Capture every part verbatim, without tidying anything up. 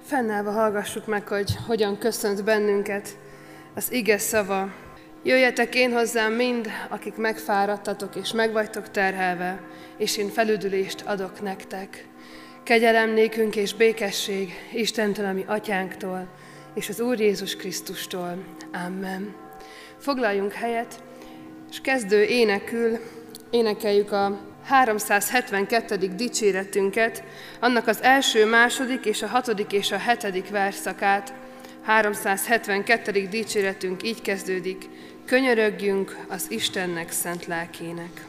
Fennállva hallgassuk meg, hogy hogyan köszönt bennünket az ige szava. Jöjjetek én hozzám mind, akik megfáradtatok és megvagytok terhelve, és én felüdülést adok nektek. Kegyelem nékünk és békesség Istentől, ami atyánktól, és az Úr Jézus Krisztustól. Amen. Foglaljunk helyet, és kezdő énekül énekeljük a háromszázhetvenkettedik dicséretünket, annak az első, második és a hatodik és a hetedik versszakát. háromszázhetvenkettedik dicséretünk így kezdődik: könyörögjünk az Istennek szent lelkének.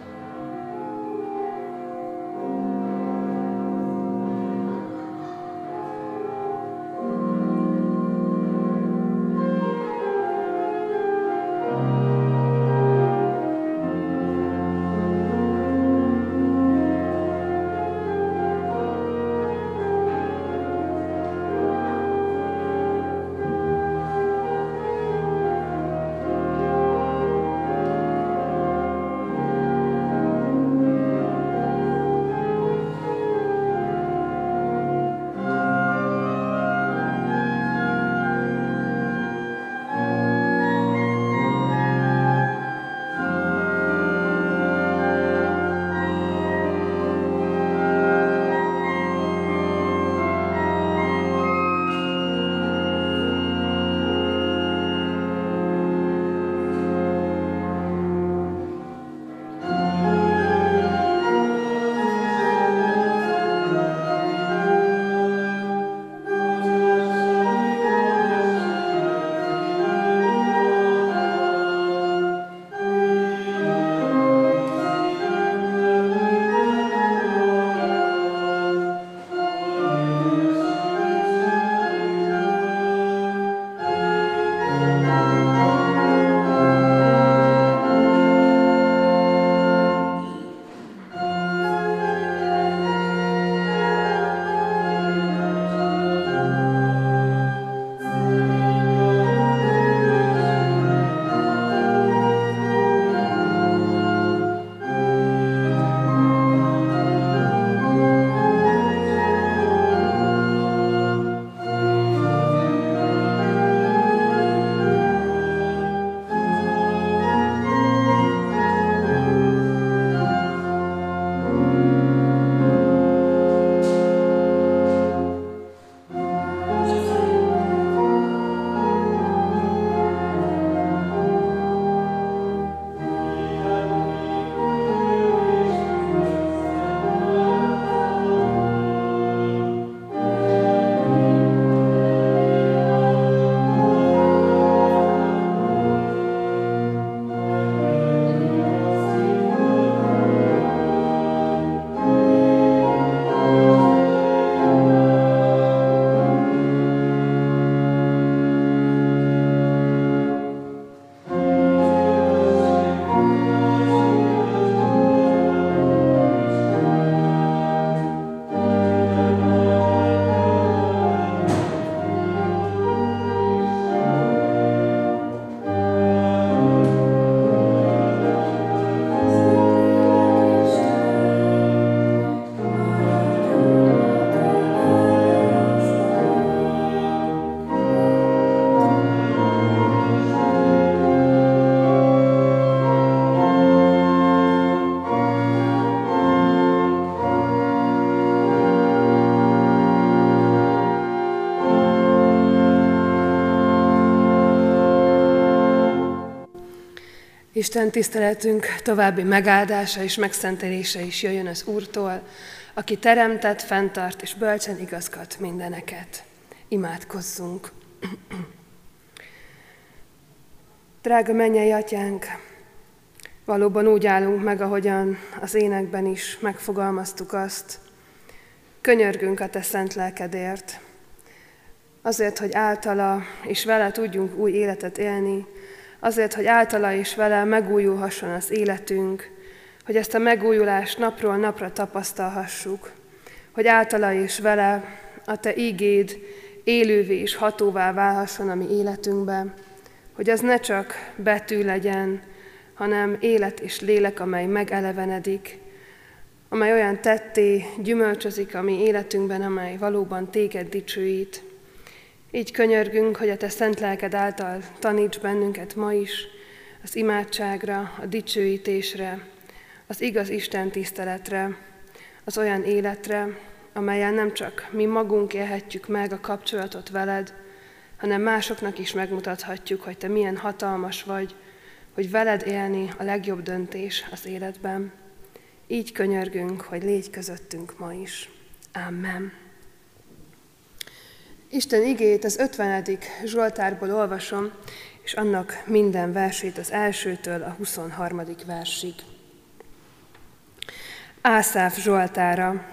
Isten tiszteletünk további megáldása és megszentelése is jöjjön az Úrtól, aki teremtett, fenntart és bölcsen igazgat mindeneket. Imádkozzunk! Drága mennyei Atyánk, valóban úgy állunk meg, ahogyan az énekben is megfogalmaztuk azt. Könyörgünk a Te szent lelkedért, azért, hogy általa és vele tudjunk új életet élni, azért, hogy általa és vele megújulhasson az életünk, hogy ezt a megújulást napról napra tapasztalhassuk, hogy általa és vele a Te ígéd élővé és hatóvá válhasson a mi életünkbe, hogy az ne csak betű legyen, hanem élet és lélek, amely megelevenedik, amely olyan tetté gyümölcsözik a mi életünkben, amely valóban téged dicsőít. Így könyörgünk, hogy a te szent lelked által taníts bennünket ma is az imádságra, a dicsőítésre, az igaz Isten tiszteletre, az olyan életre, amelyen nem csak mi magunk élhetjük meg a kapcsolatot veled, hanem másoknak is megmutathatjuk, hogy te milyen hatalmas vagy, hogy veled élni a legjobb döntés az életben. Így könyörgünk, hogy légy közöttünk ma is. Amen. Isten igéjét az ötvenedik Zsoltárból olvasom, és annak minden versét az elsőtől a huszonharmadik versig. Ászáf Zsoltára.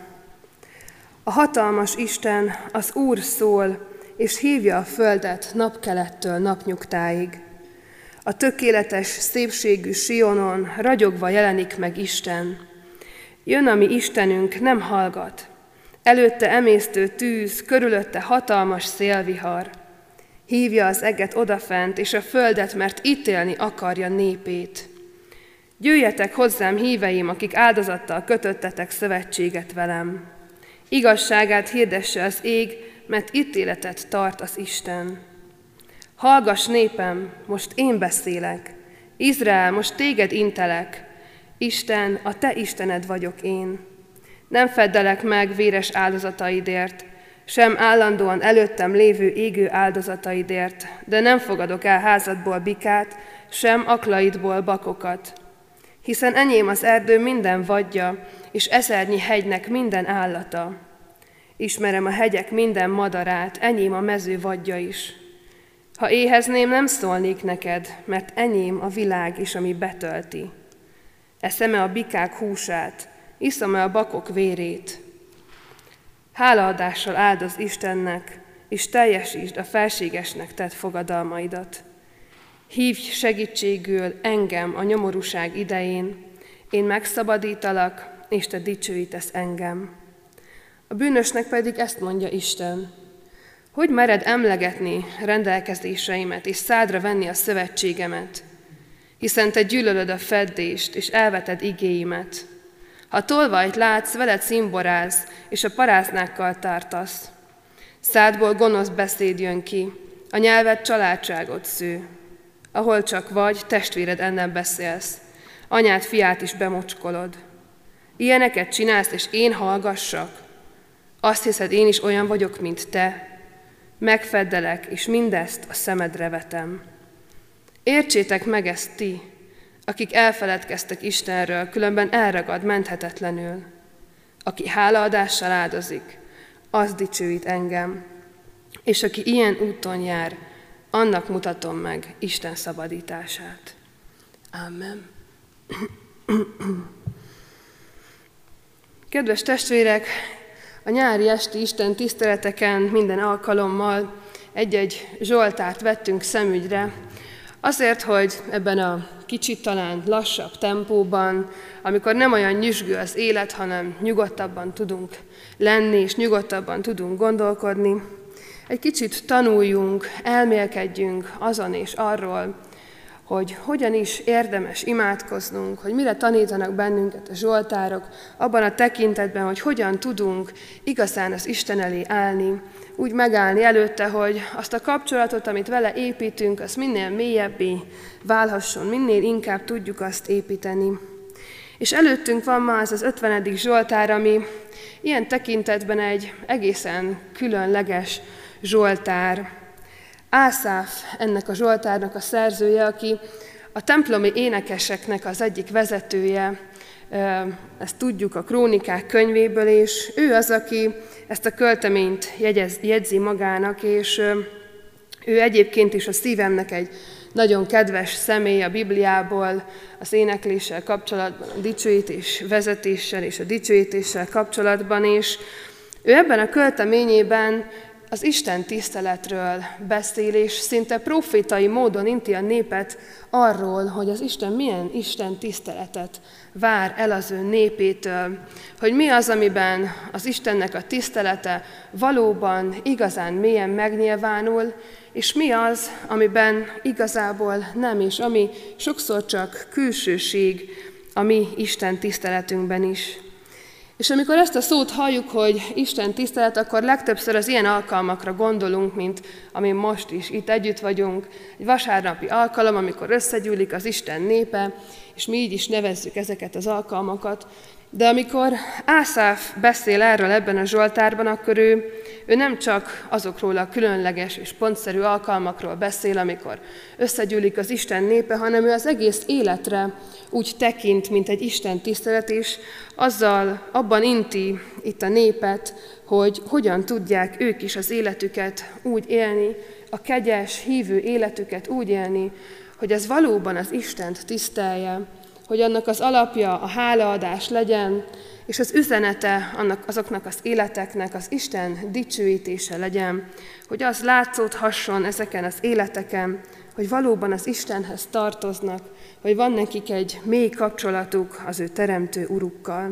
A hatalmas Isten, az Úr szól, és hívja a földet napkelettől napnyugtáig. A tökéletes szépségű Sionon ragyogva jelenik meg Isten. Jön a mi Istenünk, nem hallgat. Előtte emésztő tűz, körülötte hatalmas szélvihar. Hívja az eget odafent, és a földet, mert ítélni akarja népét. Jöjjetek hozzám, híveim, akik áldozattal kötöttetek szövetséget velem. Igazságát hirdesse az ég, mert ítéletet tart az Isten. Hallgass népem, most én beszélek. Izrael, most téged intelek. Isten, a te Istened vagyok én. Nem feddelek meg véres áldozataidért, sem állandóan előttem lévő égő áldozataidért, de nem fogadok el házadból bikát, sem aklaidból bakokat. Hiszen enyém az erdő minden vadja, és ezernyi hegynek minden állata. Ismerem a hegyek minden madarát, enyém a mező vadja is. Ha éhezném, nem szólnék neked, mert enyém a világ is, ami betölti. Eszem-e a bikák húsát, iszom-e a bakok vérét. Hálaadással áldoz Istennek, és teljesítsd a felségesnek tett fogadalmaidat. Hívj segítségül engem a nyomorúság idején, én megszabadítalak, és te dicsőítesz engem. A bűnösnek pedig ezt mondja Isten: hogy mered emlegetni rendelkezéseimet, és szádra venni a szövetségemet? Hiszen te gyűlölöd a feddést, és elveted igéimet. Ha tolvajt látsz, veled szimborálsz, és a paráznákkal tartasz. Szádból gonosz beszéd jön ki, a nyelved családságot sző. Ahol csak vagy, testvéred ellen beszélsz, anyád fiát is bemocskolod. Ilyeneket csinálsz, és én hallgassak? Azt hiszed, én is olyan vagyok, mint te? Megfeddelek, és mindezt a szemedre vetem. Értsétek meg ezt ti, akik elfeledkeztek Istenről, különben elragad menthetetlenül. Aki hálaadással áldozik, az dicsőít engem, és aki ilyen úton jár, annak mutatom meg Isten szabadítását. Amen. Kedves testvérek, a nyári esti Isten tiszteleteken minden alkalommal egy-egy zsoltárt vettünk szemügyre, azért, hogy ebben a kicsit talán lassabb tempóban, amikor nem olyan nyüzsgő az élet, hanem nyugodtabban tudunk lenni, és nyugodtabban tudunk gondolkodni, egy kicsit tanuljunk, elmélkedjünk azon és arról, hogy hogyan is érdemes imádkoznunk, hogy mire tanítanak bennünket a zsoltárok, abban a tekintetben, hogy hogyan tudunk igazán az Isten elé állni, úgy megállni előtte, hogy azt a kapcsolatot, amit vele építünk, az minél mélyebbé válhasson, minél inkább tudjuk azt építeni. És előttünk van ma az az ötvenedik zsoltár, ami ilyen tekintetben egy egészen különleges zsoltár. Ászáf ennek a zsoltárnak a szerzője, aki a templomi énekeseknek az egyik vezetője, ezt tudjuk a Krónikák könyvéből, és ő az, aki ezt a költeményt jegyez, jegyzi magának, és ő egyébként is a szívemnek egy nagyon kedves személy a Bibliából, az énekléssel kapcsolatban, a dicsőítés vezetéssel és a dicsőítéssel kapcsolatban, és ő ebben a költeményében az Isten tiszteletről beszél, és szinte profétai módon inti a népet arról, hogy az Isten milyen Isten tiszteletet vár el az ő népétől, hogy mi az, amiben az Istennek a tisztelete valóban igazán mélyen megnyilvánul, és mi az, amiben igazából nem, és ami sokszor csak külsőség a mi Isten tiszteletünkben is. És amikor ezt a szót halljuk, hogy Isten tisztelet, akkor legtöbbször az ilyen alkalmakra gondolunk, mint amin most is itt együtt vagyunk. Egy vasárnapi alkalom, amikor összegyűlik az Isten népe, és mi így is nevezzük ezeket az alkalmakat. De amikor Ászáf beszél erről ebben a Zsoltárban, akkor ő, ő nem csak azokról a különleges és pontszerű alkalmakról beszél, amikor összegyűlik az Isten népe, hanem ő az egész életre úgy tekint, mint egy Isten tisztelet, és azzal abban inti itt a népet, hogy hogyan tudják ők is az életüket úgy élni, a kegyes, hívő életüket úgy élni, hogy ez valóban az Istent tisztelje, hogy annak az alapja a hálaadás legyen, és az üzenete annak, azoknak az életeknek az Isten dicsőítése legyen, hogy az látszódhasson ezeken az életeken, hogy valóban az Istenhez tartoznak, hogy van nekik egy mély kapcsolatuk az ő teremtő urukkal.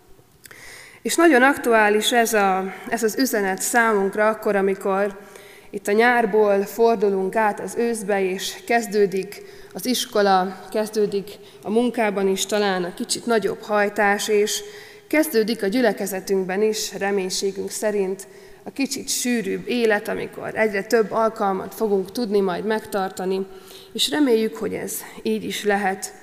És nagyon aktuális ez, a, ez az üzenet számunkra akkor, amikor itt a nyárból fordulunk át az őszbe, és kezdődik az iskola, kezdődik a munkában is talán a kicsit nagyobb hajtás, és kezdődik a gyülekezetünkben is, reménységünk szerint, a kicsit sűrűbb élet, amikor egyre több alkalmat fogunk tudni majd megtartani, és reméljük, hogy ez így is lehet.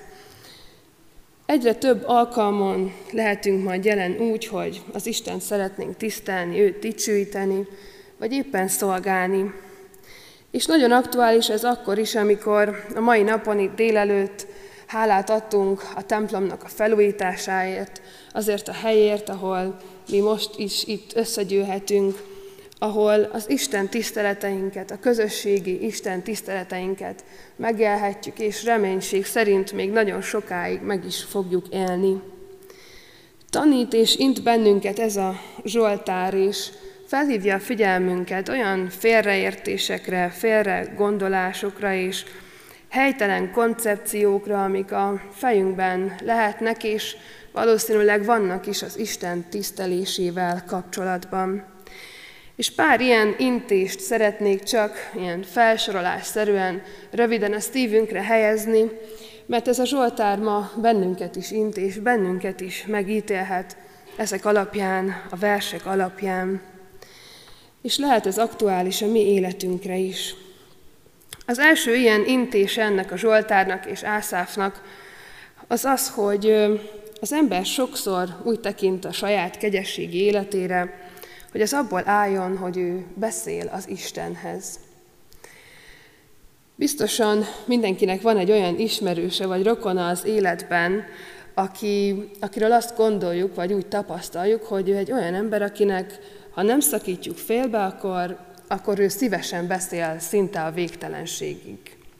Egyre több alkalmon lehetünk majd jelen úgy, hogy az Istent szeretnénk tisztelni, őt dicsőíteni, vagy éppen szolgálni. És nagyon aktuális ez akkor is, amikor a mai napon itt délelőtt hálát adtunk a templomnak a felújításáért, azért a helyért, ahol mi most is itt összegyűlhetünk, ahol az Isten tiszteleteinket, a közösségi Isten tiszteleteinket megélhetjük, és reménység szerint még nagyon sokáig meg is fogjuk élni. Tanít és int bennünket ez a Zsoltár, és felhívja a figyelmünket olyan félreértésekre, félre gondolásokra és helytelen koncepciókra, amik a fejünkben lehetnek, és valószínűleg vannak is az Isten tisztelésével kapcsolatban. És pár ilyen intést szeretnék csak ilyen felsorolásszerűen röviden a szívünkre helyezni, mert ez a Zsoltár ma bennünket is int, és bennünket is megítélhet ezek alapján, a versek alapján. És lehet ez aktuális a mi életünkre is. Az első ilyen intés ennek a Zsoltárnak és Ászáfnak az az, hogy az ember sokszor úgy tekint a saját kegyességi életére, hogy az abból álljon, hogy ő beszél az Istenhez. Biztosan mindenkinek van egy olyan ismerőse vagy rokona az életben, aki, akiről azt gondoljuk, vagy úgy tapasztaljuk, hogy ő egy olyan ember, akinek ha nem szakítjuk félbe, akkor, akkor ő szívesen beszél szinte a végtelenségig.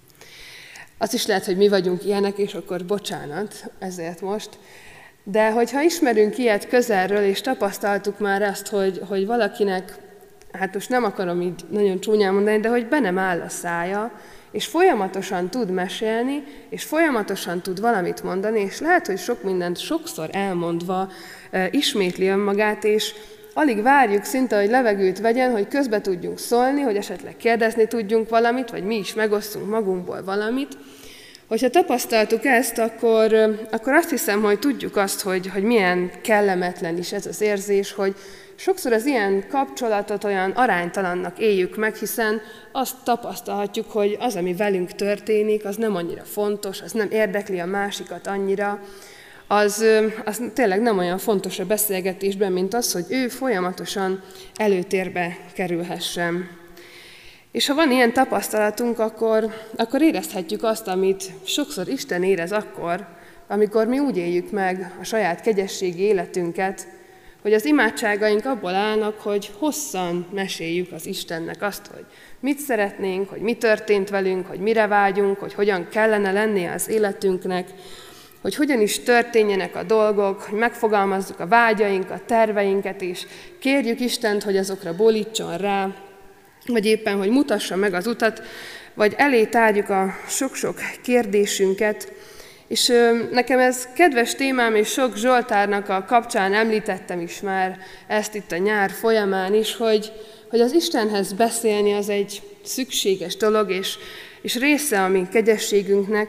Az is lehet, hogy mi vagyunk ilyenek, és akkor bocsánat ezért most. De hogyha ismerünk ilyet közelről, és tapasztaltuk már azt, hogy, hogy valakinek, hát most nem akarom így nagyon csúnyán mondani, de hogy be nem áll a szája, és folyamatosan tud mesélni, és folyamatosan tud valamit mondani, és lehet, hogy sok mindent sokszor elmondva e, ismétli önmagát, és alig várjuk szinte, hogy levegőt vegyen, hogy közbe tudjunk szólni, hogy esetleg kérdezni tudjunk valamit, vagy mi is megosszunk magunkból valamit. Hogyha tapasztaltuk ezt, akkor, akkor azt hiszem, hogy tudjuk azt, hogy, hogy milyen kellemetlen is ez az érzés, hogy sokszor az ilyen kapcsolatot olyan aránytalannak éljük meg, hiszen azt tapasztalhatjuk, hogy az, ami velünk történik, az nem annyira fontos, az nem érdekli a másikat annyira, az, az tényleg nem olyan fontos a beszélgetésben, mint az, hogy ő folyamatosan előtérbe kerülhessen. És ha van ilyen tapasztalatunk, akkor, akkor érezhetjük azt, amit sokszor Isten érez akkor, amikor mi úgy éljük meg a saját kegyességi életünket, hogy az imádságaink abból állnak, hogy hosszan meséljük az Istennek azt, hogy mit szeretnénk, hogy mi történt velünk, hogy mire vágyunk, hogy hogyan kellene lennie az életünknek, hogy hogyan is történjenek a dolgok, hogy megfogalmazzuk a vágyainkat, terveinket, és kérjük Istent, hogy azokra bólítson rá, vagy éppen, hogy mutassa meg az utat, vagy elé tárjuk a sok-sok kérdésünket. És nekem ez kedves témám, és sok Zsoltárnak a kapcsán említettem is már ezt itt a nyár folyamán is, hogy, hogy az Istenhez beszélni az egy szükséges dolog, és, és része a mi kegyességünknek,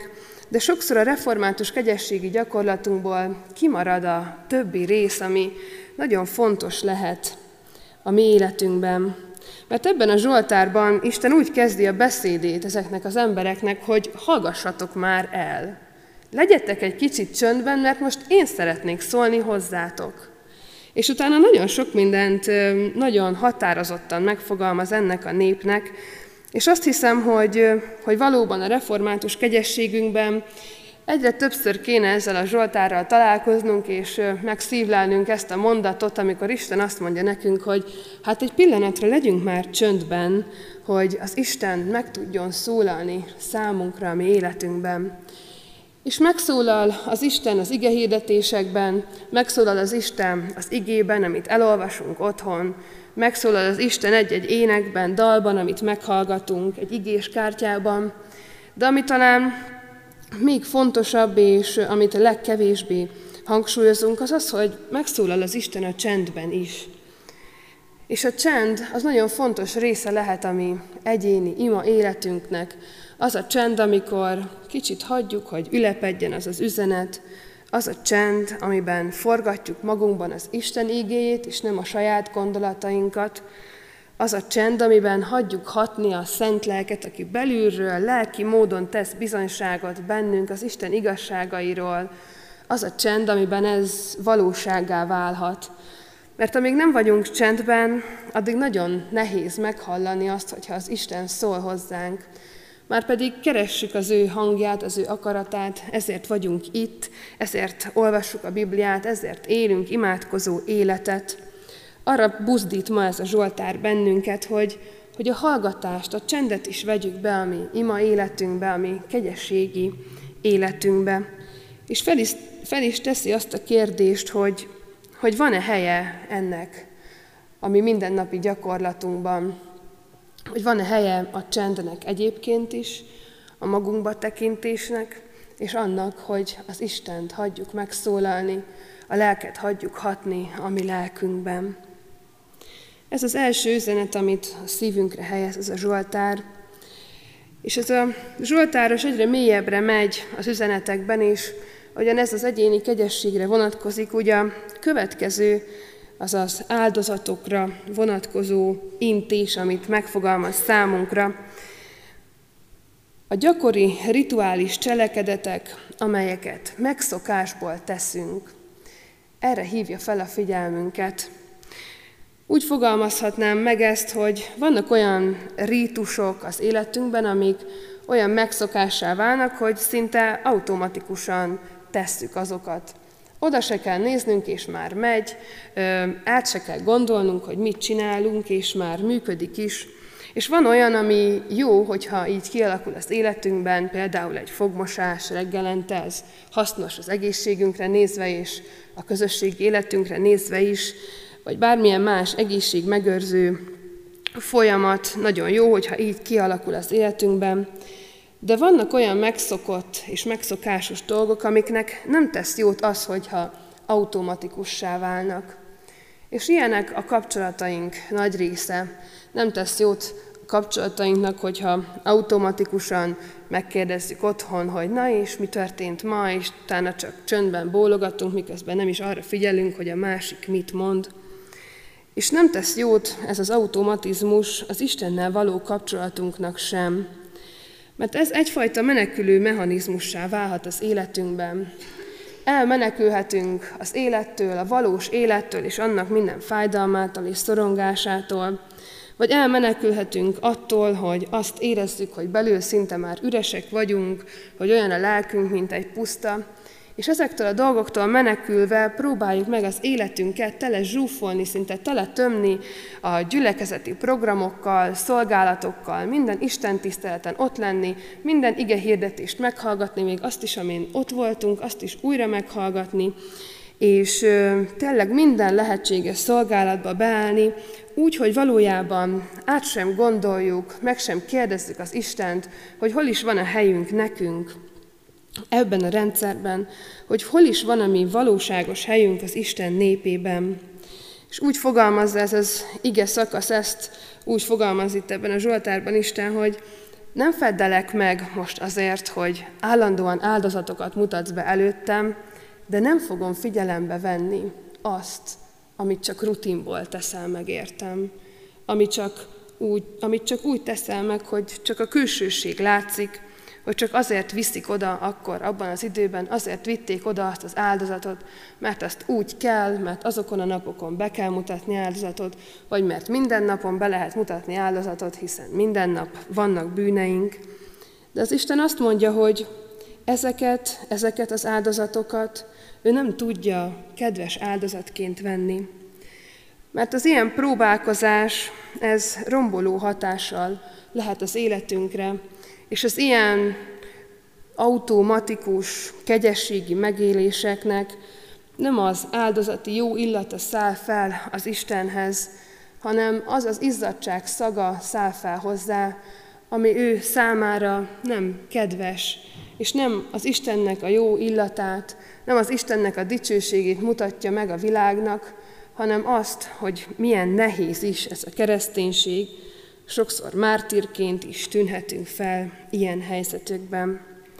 de sokszor a református kegyességi gyakorlatunkból kimarad a többi rész, ami nagyon fontos lehet a mi életünkben. Mert ebben a Zsoltárban Isten úgy kezdi a beszédét ezeknek az embereknek, hogy hallgassatok már el. Legyetek egy kicsit csöndben, mert most én szeretnék szólni hozzátok. És utána nagyon sok mindent nagyon határozottan megfogalmaz ennek a népnek, és azt hiszem, hogy, hogy valóban a református kegyességünkben egyre többször kéne ezzel a Zsoltárral találkoznunk, és megszívlelnünk ezt a mondatot, amikor Isten azt mondja nekünk, hogy hát egy pillanatra legyünk már csöndben, hogy az Isten meg tudjon szólalni számunkra a mi életünkben. És megszólal az Isten az igehirdetésekben, megszólal az Isten az igében, amit elolvasunk otthon, megszólal az Isten egy-egy énekben, dalban, amit meghallgatunk, egy igés kártyában, de ami talán még fontosabb, és amit a legkevésbé hangsúlyozunk, az az, hogy megszólal az Isten a csendben is. És a csend az nagyon fontos része lehet a mi egyéni ima életünknek. Az a csend, amikor kicsit hagyjuk, hogy ülepedjen az az üzenet, az a csend, amiben forgatjuk magunkban az Isten igéjét, és nem a saját gondolatainkat, az a csend, amiben hagyjuk hatni a szent lelket, aki belülről, lelki módon tesz bizonyságot bennünk az Isten igazságairól, az a csend, amiben ez valósággá válhat. Mert amíg nem vagyunk csendben, addig nagyon nehéz meghallani azt, hogyha az Isten szól hozzánk. Márpedig keressük az ő hangját, az ő akaratát, ezért vagyunk itt, ezért olvassuk a Bibliát, ezért élünk imádkozó életet. Arra buzdít ma ez a Zsoltár bennünket, hogy, hogy a hallgatást, a csendet is vegyük be a mi ima életünkbe, a mi kegyességi életünkbe. És fel is, fel is teszi azt a kérdést, hogy, hogy van-e helye ennek a mi mindennapi gyakorlatunkban, hogy van-e helye a csendnek egyébként is, a magunkba tekintésnek, és annak, hogy az Istent hagyjuk megszólalni, a lelket hagyjuk hatni a mi lelkünkben. Ez az első üzenet, amit a szívünkre helyez, ez a Zsoltár. És ez a Zsoltáros egyre mélyebbre megy az üzenetekben, és ahogyan ez az egyéni kegyességre vonatkozik, ugye a következő, azaz áldozatokra vonatkozó intés, amit megfogalmaz számunkra. A gyakori rituális cselekedetek, amelyeket megszokásból teszünk, erre hívja fel a figyelmünket. Úgy fogalmazhatnám meg ezt, hogy vannak olyan rítusok az életünkben, amik olyan megszokássá válnak, hogy szinte automatikusan tesszük azokat. Oda se kell néznünk, és már megy, át se kell gondolnunk, hogy mit csinálunk, és már működik is. És van olyan, ami jó, hogyha így kialakul az életünkben, például egy fogmosás reggelente, ez hasznos az egészségünkre nézve, és a közösségi életünkre nézve is, vagy bármilyen más egészségmegőrző folyamat nagyon jó, hogyha így kialakul az életünkben. De vannak olyan megszokott és megszokásos dolgok, amiknek nem tesz jót az, hogyha automatikussá válnak. És ilyenek a kapcsolataink nagy része. Nem tesz jót a kapcsolatainknak, hogyha automatikusan megkérdezzük otthon, hogy na és mi történt ma, és utána csak csöndben bólogatunk, miközben nem is arra figyelünk, hogy a másik mit mond. És nem tesz jót ez az automatizmus az Istennel való kapcsolatunknak sem. Mert ez egyfajta menekülő mechanizmussá válhat az életünkben. Elmenekülhetünk az élettől, a valós élettől és annak minden fájdalmától és szorongásától, vagy elmenekülhetünk attól, hogy azt érezzük, hogy belül szinte már üresek vagyunk, hogy olyan a lelkünk, mint egy puszta, és ezektől a dolgoktól menekülve próbáljuk meg az életünket tele zsúfolni, szinte tele tömni a gyülekezeti programokkal, szolgálatokkal, minden istentiszteleten ott lenni, minden igehirdetést meghallgatni, még azt is, amin ott voltunk, azt is újra meghallgatni, és ö, tényleg minden lehetséges szolgálatba beállni, úgy, hogy valójában át sem gondoljuk, meg sem kérdezzük az Istent, hogy hol is van a helyünk nekünk ebben a rendszerben, hogy hol is van a mi valóságos helyünk az Isten népében. És úgy fogalmazza ez az ige szakasz, ezt úgy fogalmaz itt ebben a Zsoltárban Isten, hogy nem feddelek meg most azért, hogy állandóan áldozatokat mutatsz be előttem, de nem fogom figyelembe venni azt, amit csak rutinból teszel meg értem, amit csak úgy, amit csak úgy teszel meg, hogy csak a külsőség látszik, hogy csak azért viszik oda akkor, abban az időben, azért vitték oda azt az áldozatot, mert azt úgy kell, mert azokon a napokon be kell mutatni áldozatot, vagy mert minden napon be lehet mutatni áldozatot, hiszen minden nap vannak bűneink. De az Isten azt mondja, hogy ezeket, ezeket az áldozatokat ő nem tudja kedves áldozatként venni. Mert az ilyen próbálkozás, ez romboló hatással lehet az életünkre, és az ilyen automatikus, kegyességi megéléseknek nem az áldozati jó illata száll fel az Istenhez, hanem az az izzadság szaga száll fel hozzá, ami ő számára nem kedves, és nem az Istennek a jó illatát, nem az Istennek a dicsőségét mutatja meg a világnak, hanem azt, hogy milyen nehéz is ez a kereszténység, sokszor mártírként is tűnhetünk fel ilyen helyzetekben.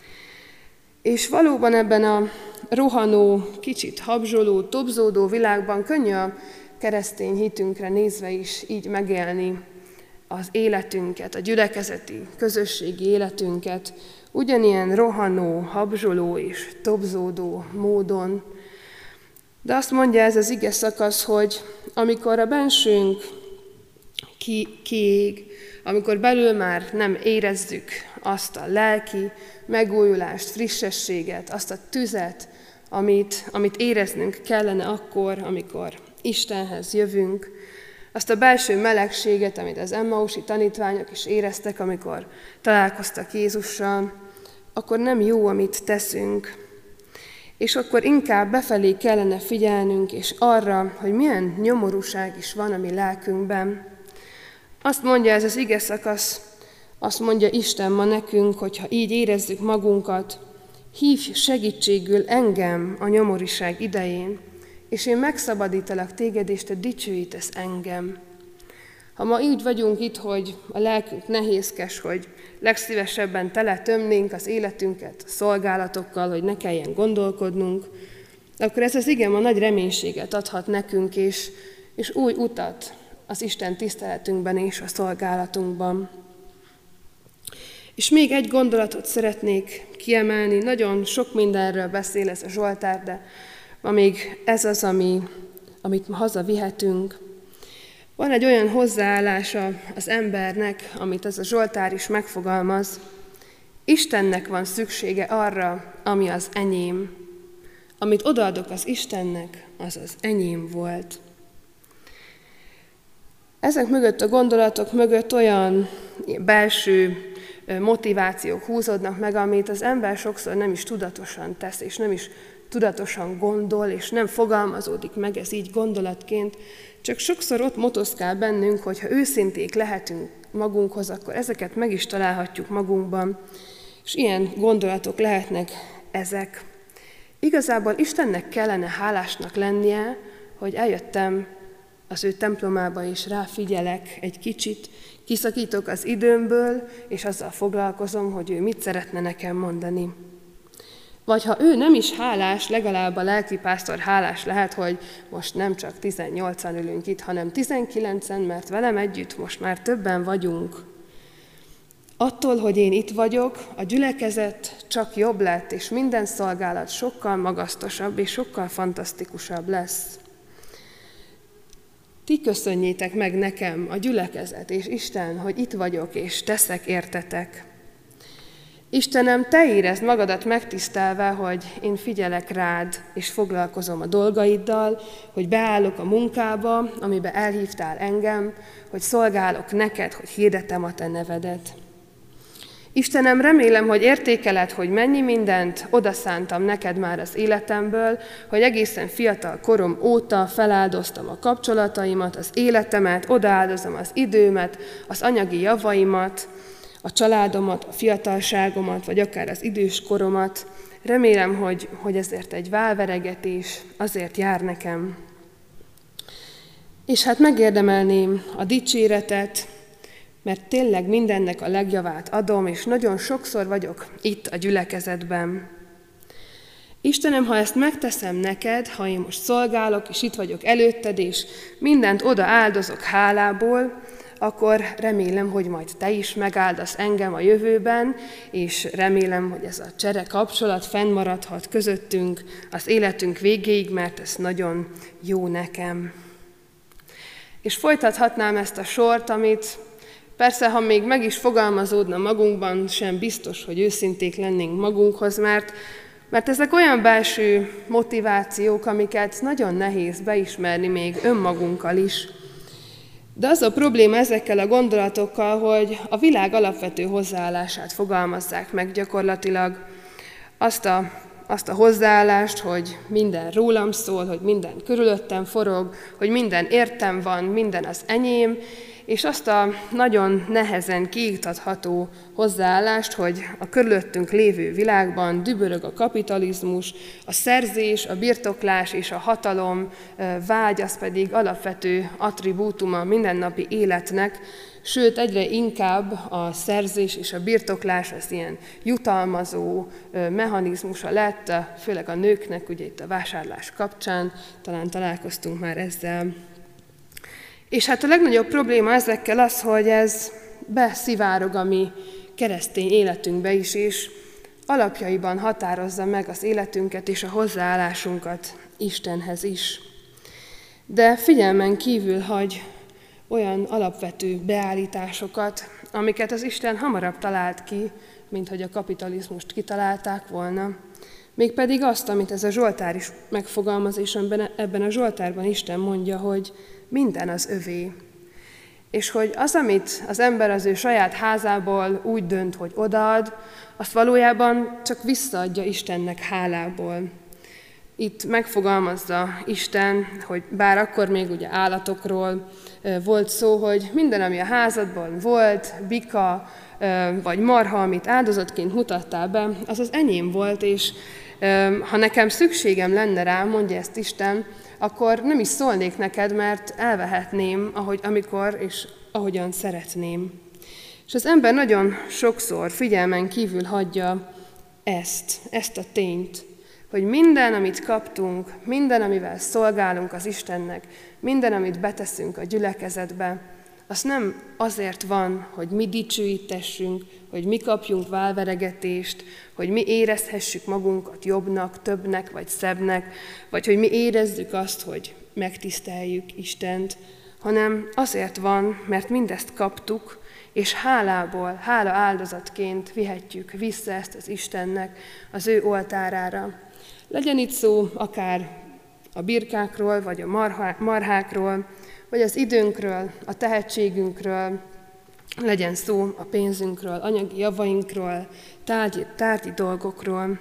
És valóban ebben a rohanó, kicsit habzsoló, tobzódó világban könnyű a keresztény hitünkre nézve is így megélni az életünket, a gyülekezeti, közösségi életünket, ugyanilyen rohanó, habzsoló és tobzódó módon. De azt mondja ez az ige szakasz, hogy amikor a bensőnk ki, kiég, amikor belül már nem érezzük azt a lelki megújulást, frissességet, azt a tüzet, amit, amit éreznünk kellene akkor, amikor Istenhez jövünk, azt a belső melegséget, amit az emmausi tanítványok is éreztek, amikor találkoztak Jézussal, akkor nem jó, amit teszünk. És akkor inkább befelé kellene figyelnünk, és arra, hogy milyen nyomorúság is van a mi lelkünkben. Azt mondja ez az ige szakasz, azt mondja Isten ma nekünk, hogyha így érezzük magunkat, hívj segítségül engem a nyomorúság idején, és én megszabadítalak téged, és te dicsőítesz engem. Ha ma így vagyunk itt, hogy a lelkünk nehézkes, hogy legszívesebben tele tömnénk az életünket szolgálatokkal, hogy ne kelljen gondolkodnunk, akkor ez az ige ma nagy reménységet adhat nekünk, és, és új utat az Isten tiszteletünkben és a szolgálatunkban. És még egy gondolatot szeretnék kiemelni, nagyon sok mindenről beszél ez a Zsoltár, de ma még ez az, ami, amit ma hazavihetünk. Van egy olyan hozzáállása az embernek, amit ez a Zsoltár is megfogalmaz. Istennek van szüksége arra, ami az enyém. Amit odaadok az Istennek, az az enyém volt. Ezek mögött a gondolatok mögött olyan belső motivációk húzódnak meg, amit az ember sokszor nem is tudatosan tesz, és nem is tudatosan gondol, és nem fogalmazódik meg ez így gondolatként, csak sokszor ott motoszkál bennünk, hogy ha őszinték lehetünk magunkhoz, akkor ezeket meg is találhatjuk magunkban, és ilyen gondolatok lehetnek ezek. Igazából Istennek kellene hálásnak lennie, hogy eljöttem az ő templomába, és ráfigyelek egy kicsit, kiszakítok az időmből, és azzal foglalkozom, hogy ő mit szeretne nekem mondani. Vagy ha ő nem is hálás, legalább a lelkipásztor hálás lehet, hogy most nem csak tizennyolcan ülünk itt, hanem tizenkilencen, mert velem együtt most már többen vagyunk. Attól, hogy én itt vagyok, a gyülekezet csak jobb lett, és minden szolgálat sokkal magasztosabb és sokkal fantasztikusabb lesz. Ti köszönjétek meg nekem, a gyülekezet és Isten, hogy itt vagyok és teszek értetek. Istenem, te érezd magadat megtisztelve, hogy én figyelek rád, és foglalkozom a dolgaiddal, hogy beállok a munkába, amibe elhívtál engem, hogy szolgálok neked, hogy hirdetem a te nevedet. Istenem, remélem, hogy értékeled, hogy mennyi mindent odaszántam neked már az életemből, hogy egészen fiatal korom óta feláldoztam a kapcsolataimat, az életemet, odaáldozom az időmet, az anyagi javaimat, a családomat, a fiatalságomat, vagy akár az idős koromat. Remélem, hogy, hogy ezért egy válveregetés azért jár nekem. És hát megérdemelném a dicséretet, mert tényleg mindennek a legjavát adom, és nagyon sokszor vagyok itt a gyülekezetben. Istenem, ha ezt megteszem neked, ha én most szolgálok, és itt vagyok előtted, és mindent oda áldozok hálából, akkor remélem, hogy majd te is megáldasz engem a jövőben, és remélem, hogy ez a csere kapcsolat fennmaradhat közöttünk az életünk végéig, mert ez nagyon jó nekem. És folytathatnám ezt a sort, amit persze, ha még meg is fogalmazódna magunkban, sem biztos, hogy őszinték lennénk magunkhoz, mert, mert ezek olyan belső motivációk, amiket nagyon nehéz beismerni még önmagunkkal is. De az a probléma ezekkel a gondolatokkal, hogy a világ alapvető hozzáállását fogalmazzák meg gyakorlatilag, azt a, azt a hozzáállást, hogy minden rólam szól, hogy minden körülöttem forog, hogy minden értem van, minden az enyém, és azt a nagyon nehezen kiiktatható hozzáállást, hogy a körülöttünk lévő világban dübörög a kapitalizmus, a szerzés, a birtoklás és a hatalom vágy, az pedig alapvető attribútuma mindennapi életnek, sőt egyre inkább a szerzés és a birtoklás az ilyen jutalmazó mechanizmusa lett, főleg a nőknek, ugye itt a vásárlás kapcsán, talán találkoztunk már ezzel. És hát a legnagyobb probléma ezekkel az, hogy ez beszivárog a mi keresztény életünkbe is, és alapjaiban határozza meg az életünket és a hozzáállásunkat Istenhez is. De figyelmen kívül hagy olyan alapvető beállításokat, amiket az Isten hamarabb talált ki, mint hogy a kapitalizmust kitalálták volna. Mégpedig azt, amit ez a Zsoltár is megfogalmaz, és ebben a Zsoltárban Isten mondja, hogy minden az övé. És hogy az, amit az ember az ő saját házából úgy dönt, hogy odaad, azt valójában csak visszaadja Istennek hálából. Itt megfogalmazza Isten, hogy bár akkor még ugye állatokról volt szó, hogy minden, ami a házadban volt, bika vagy marha, amit áldozatként mutattál be, az az enyém volt, és ha nekem szükségem lenne rá, mondja ezt Isten, akkor nem is szólnék neked, mert elvehetném, ahogy, amikor és ahogyan szeretném. És az ember nagyon sokszor figyelmen kívül hagyja ezt, ezt a tényt, hogy minden, amit kaptunk, minden, amivel szolgálunk az Istennek, minden, amit beteszünk a gyülekezetbe, az nem azért van, hogy mi dicsőítessünk, hogy mi kapjunk válveregetést, hogy mi érezhessük magunkat jobbnak, többnek vagy szebbnek, vagy hogy mi érezzük azt, hogy megtiszteljük Istent, hanem azért van, mert mindezt kaptuk, és hálából, hála áldozatként vihetjük vissza ezt az Istennek az ő oltárára. Legyen itt szó akár a birkákról, vagy a marha, marhákról, vagy az időnkről, a tehetségünkről, legyen szó a pénzünkről, anyagi javainkról, tárgyi, tárgyi dolgokról.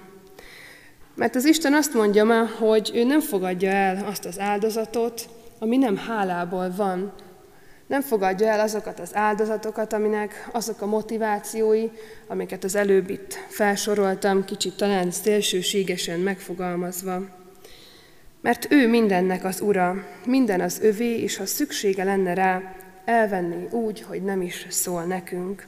Mert az Isten azt mondja ma, hogy ő nem fogadja el azt az áldozatot, ami nem hálából van. Nem fogadja el azokat az áldozatokat, aminek azok a motivációi, amiket az előbb itt felsoroltam, kicsit talán szélsőségesen megfogalmazva. Mert ő mindennek az ura, minden az övé, és ha szüksége lenne rá, elvenni úgy, hogy nem is szól nekünk.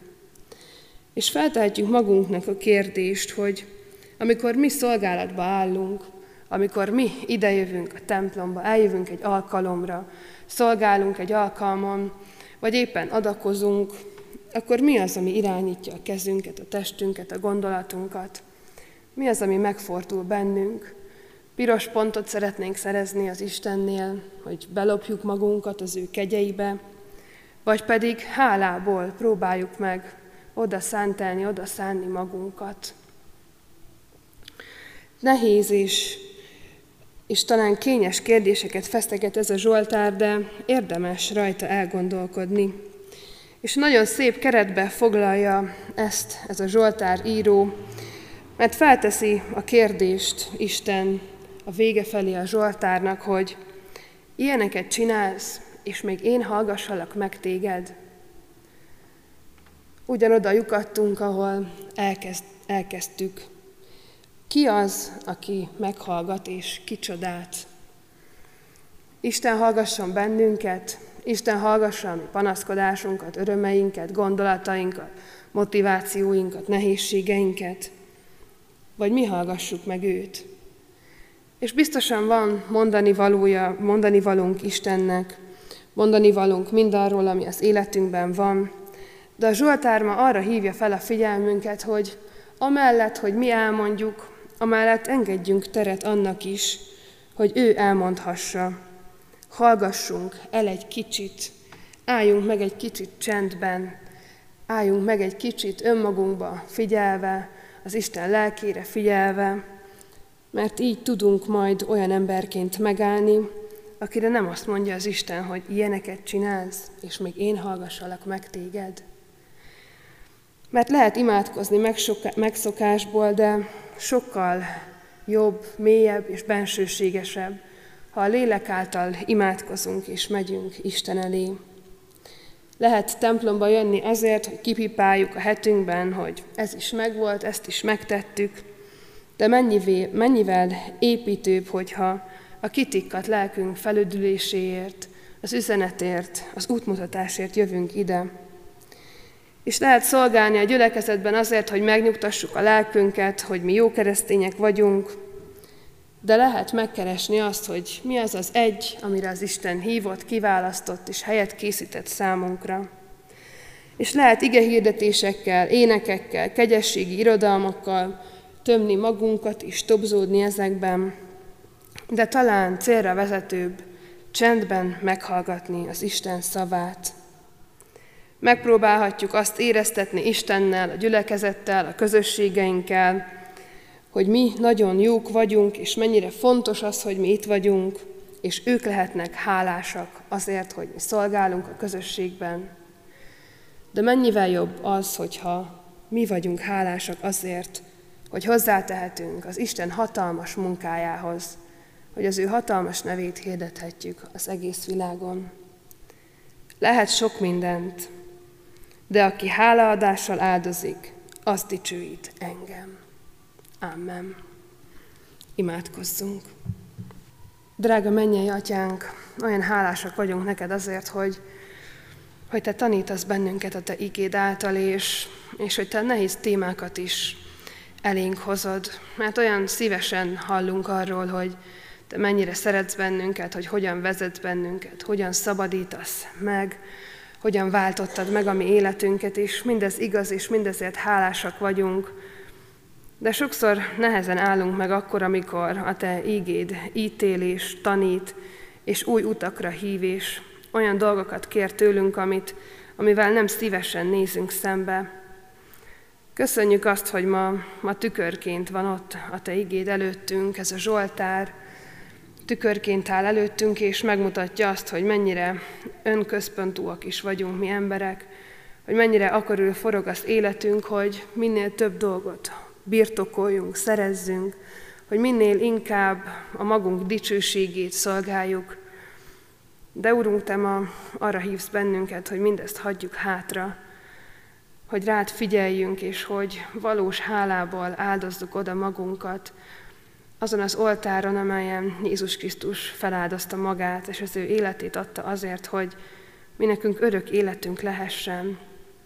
És feltehetjük magunknak a kérdést, hogy amikor mi szolgálatba állunk, amikor mi idejövünk a templomba, eljövünk egy alkalomra, szolgálunk egy alkalmon, vagy éppen adakozunk, akkor mi az, ami irányítja a kezünket, a testünket, a gondolatunkat? Mi az, ami megfordul bennünk? Piros pontot szeretnénk szerezni az Istennél, hogy belopjuk magunkat az ő kegyeibe, vagy pedig hálából próbáljuk meg oda szántelni, oda szánni magunkat. Nehéz és, és talán kényes kérdéseket feszeget ez a Zsoltár, de érdemes rajta elgondolkodni. És nagyon szép keretbe foglalja ezt ez a Zsoltár író, mert felteszi a kérdést Isten a vége felé a Zsoltárnak, hogy ilyeneket csinálsz, és még én hallgassalak meg téged. Ugyanoda lyukadtunk, ahol elkezd, elkezdtük. Ki az, aki meghallgat és kicsodát? Isten hallgasson bennünket, Isten hallgassa a mi panaszkodásunkat, örömeinket, gondolatainkat, motivációinkat, nehézségeinket, vagy mi hallgassuk meg őt. És biztosan van mondani valója, mondani valónk Istennek, mondani valónk mindarról, ami az életünkben van, de a Zsoltár ma arra hívja fel a figyelmünket, hogy amellett, hogy mi elmondjuk, amellett engedjünk teret annak is, hogy ő elmondhassa. Hallgassunk el egy kicsit, álljunk meg egy kicsit csendben, álljunk meg egy kicsit önmagunkba figyelve, az Isten lelkére figyelve, mert így tudunk majd olyan emberként megállni, akire nem azt mondja az Isten, hogy ilyeneket csinálsz, és még én hallgassalak meg téged. Mert lehet imádkozni megszokásból, de sokkal jobb, mélyebb és bensőségesebb, ha a lélek által imádkozunk és megyünk Isten elé. Lehet templomba jönni azért, hogy kipipáljuk a hetünkben, hogy ez is megvolt, ezt is megtettük, de mennyivé, mennyivel építőbb, hogyha a kitikkat lelkünk felüdüléséért, az üzenetért, az útmutatásért jövünk ide. És lehet szolgálni a gyülekezetben azért, hogy megnyugtassuk a lelkünket, hogy mi jó keresztények vagyunk, de lehet megkeresni azt, hogy mi az az egy, amire az Isten hívott, kiválasztott és helyet készített számunkra. És lehet igehirdetésekkel, énekekkel, kegyességi irodalmakkal tömni magunkat és tobzódni ezekben, de talán célra vezetőbb csendben meghallgatni az Isten szavát. Megpróbálhatjuk azt éreztetni Istennel, a gyülekezettel, a közösségeinkkel, hogy mi nagyon jók vagyunk, és mennyire fontos az, hogy mi itt vagyunk, és ők lehetnek hálásak azért, hogy mi szolgálunk a közösségben. De mennyivel jobb az, hogyha mi vagyunk hálásak azért, hogy hozzátehetünk az Isten hatalmas munkájához, hogy az ő hatalmas nevét hirdethetjük az egész világon. Lehet sok mindent, de aki hálaadással áldozik, azt dicsőít engem. Amen. Imádkozzunk. Drága mennyei Atyánk, olyan hálásak vagyunk neked azért, hogy, hogy te tanítasz bennünket a te igéd által, és, és hogy te nehéz témákat is elénk hozod, mert olyan szívesen hallunk arról, hogy te mennyire szeretsz bennünket, hogy hogyan vezetsz bennünket, hogyan szabadítasz meg, hogyan váltottad meg a mi életünket, és mindez igaz, és mindezért hálásak vagyunk. De sokszor nehezen állunk meg akkor, amikor a te ígéd ítél és tanít, és új utakra hív, és olyan dolgokat kér tőlünk, amit, amivel nem szívesen nézünk szembe. Köszönjük azt, hogy ma, ma tükörként van ott a te igéd előttünk, ez a Zsoltár, tükörként áll előttünk, és megmutatja azt, hogy mennyire önközpontúak is vagyunk mi emberek, hogy mennyire akarül forog az életünk, hogy minél több dolgot birtokoljunk, szerezzünk, hogy minél inkább a magunk dicsőségét szolgáljuk. De Urunk, te ma arra hívsz bennünket, hogy mindezt hagyjuk hátra, hogy rád figyeljünk, és hogy valós hálából áldozzuk oda magunkat, azon az oltáron, amelyen Jézus Krisztus feláldozta magát, és az ő életét adta azért, hogy mi nekünk örök életünk lehessen.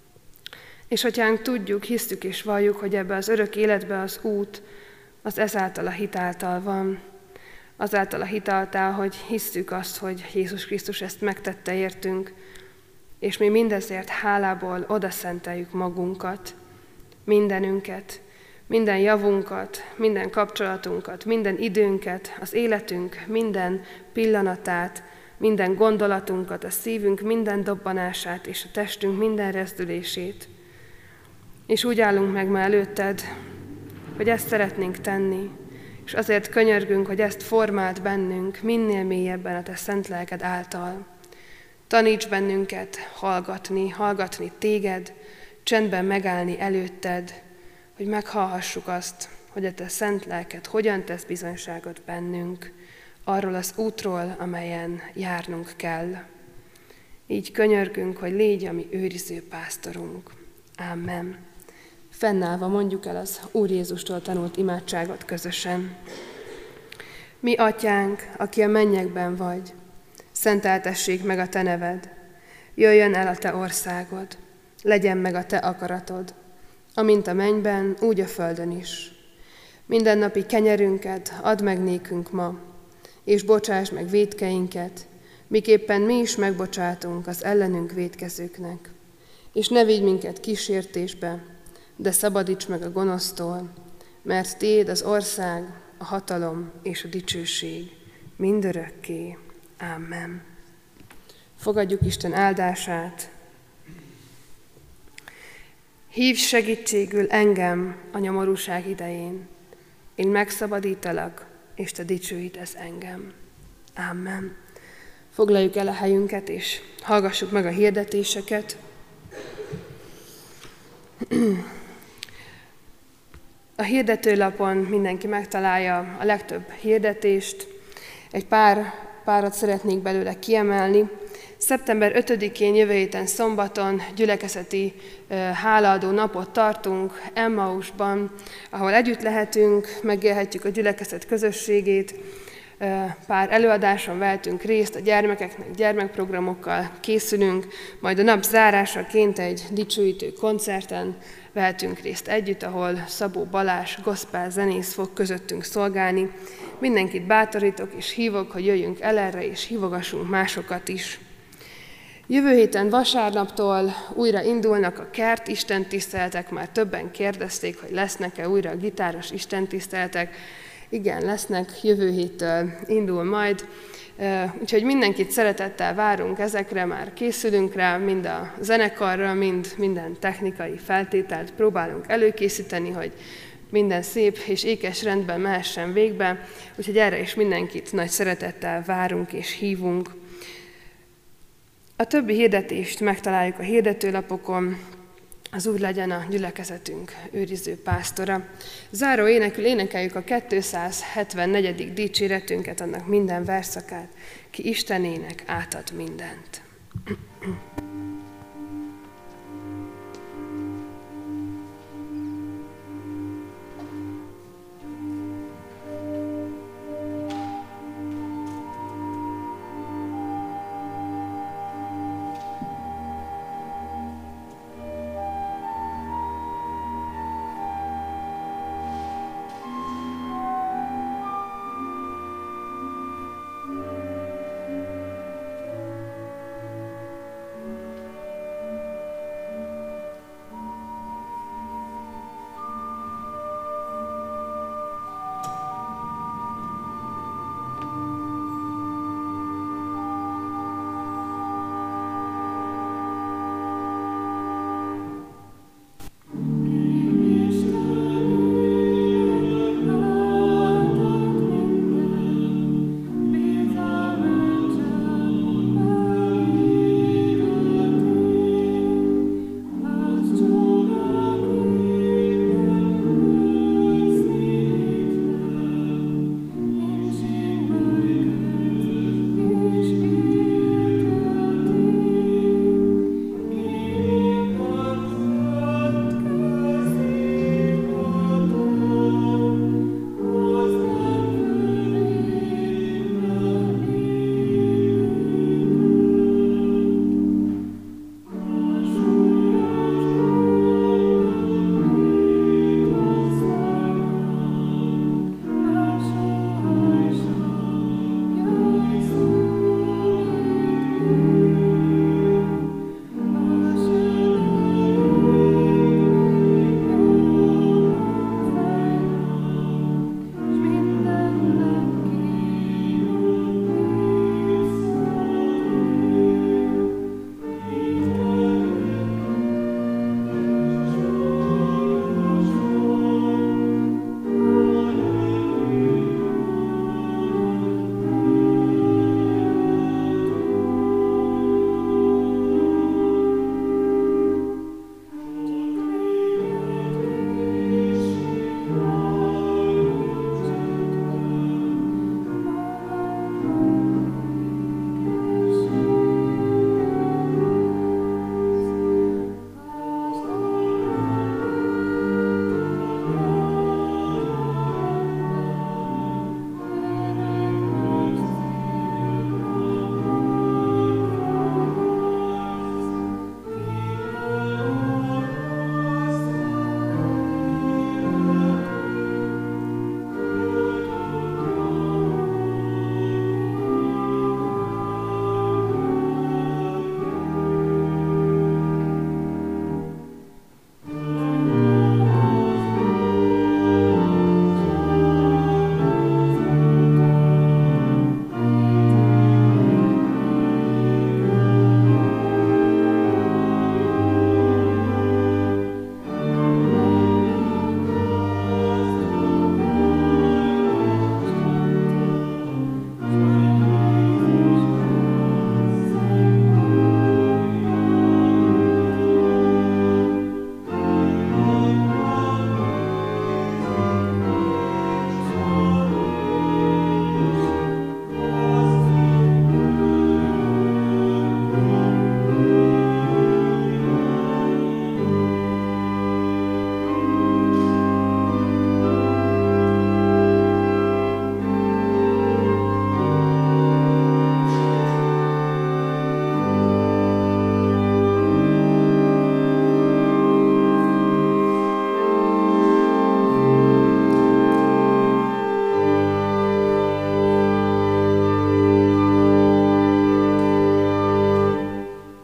És Atyánk, tudjuk, hisztük és valljuk, hogy ebbe az örök életbe az út, az ezáltal a hitáltal van. Azáltal a hitáltal, hogy hisztük azt, hogy Jézus Krisztus ezt megtette értünk, és mi mindezért hálából odaszenteljük magunkat, mindenünket, minden javunkat, minden kapcsolatunkat, minden időnket, az életünk minden pillanatát, minden gondolatunkat, a szívünk minden dobbanását és a testünk minden rezdülését. És úgy állunk meg ma előtted, hogy ezt szeretnénk tenni, és azért könyörgünk, hogy ezt formált bennünk minél mélyebben a te szent lelked által. Taníts bennünket hallgatni, hallgatni téged, csendben megállni előtted, hogy meghallhassuk azt, hogy a te szent lelked hogyan tesz bizonyságot bennünk, arról az útról, amelyen járnunk kell. Így könyörgünk, hogy légy a mi őriző pásztorunk. Amen. Fennállva mondjuk el az Úr Jézustól tanult imádságot közösen. Mi Atyánk, aki a mennyekben vagy, szenteltessék meg a te neved. Jöjjön el a te országod, legyen meg a te akaratod, amint a mennyben, úgy a földön is. Mindennapi kenyerünket add meg nékünk ma, és bocsáss meg vétkeinket, miképpen mi is megbocsátunk az ellenünk vétkezőknek. És ne vigy minket kísértésbe, de szabadíts meg a gonosztól, mert tiéd az ország, a hatalom és a dicsőség mindörökké. Amen. Fogadjuk Isten áldását. Hívj segítségül engem a nyomorúság idején. Én megszabadítalak, és te dicsőítesz engem. Amen. Foglaljuk el a helyünket, és hallgassuk meg a hirdetéseket. A hirdetőlapon mindenki megtalálja a legtöbb hirdetést. Egy pár, párat szeretnék belőle kiemelni. szeptember ötödikén, jövő héten szombaton gyülekezeti hálaadó napot tartunk Emmausban, ahol együtt lehetünk, megélhetjük a gyülekezet közösségét. Pár előadáson vehetünk részt, a gyermekeknek gyermekprogramokkal készülünk, majd a nap zárásaként egy dicsőítő koncerten vehetünk részt együtt, ahol Szabó Balázs gospel zenész fog közöttünk szolgálni. Mindenkit bátorítok és hívok, hogy jöjjünk el erre, és hívogassunk másokat is. Jövő héten vasárnaptól újra indulnak a kert istentiszteletek, már többen kérdezték, hogy lesznek-e újra a gitáros istentiszteletek. Igen, lesznek, jövő héttől indul majd, úgyhogy mindenkit szeretettel várunk ezekre, már készülünk rá, mind a zenekarra, mind minden technikai feltételt próbálunk előkészíteni, hogy minden szép és ékes rendben mehessen végbe, úgyhogy erre is mindenkit nagy szeretettel várunk és hívunk. A többi hirdetést megtaláljuk a hirdetőlapokon, az úgy legyen a gyülekezetünk őriző pásztora. Záró énekül énekeljük a kétszázhetvennégy. dicséretünket, annak minden verszakát, ki Istenének átad mindent.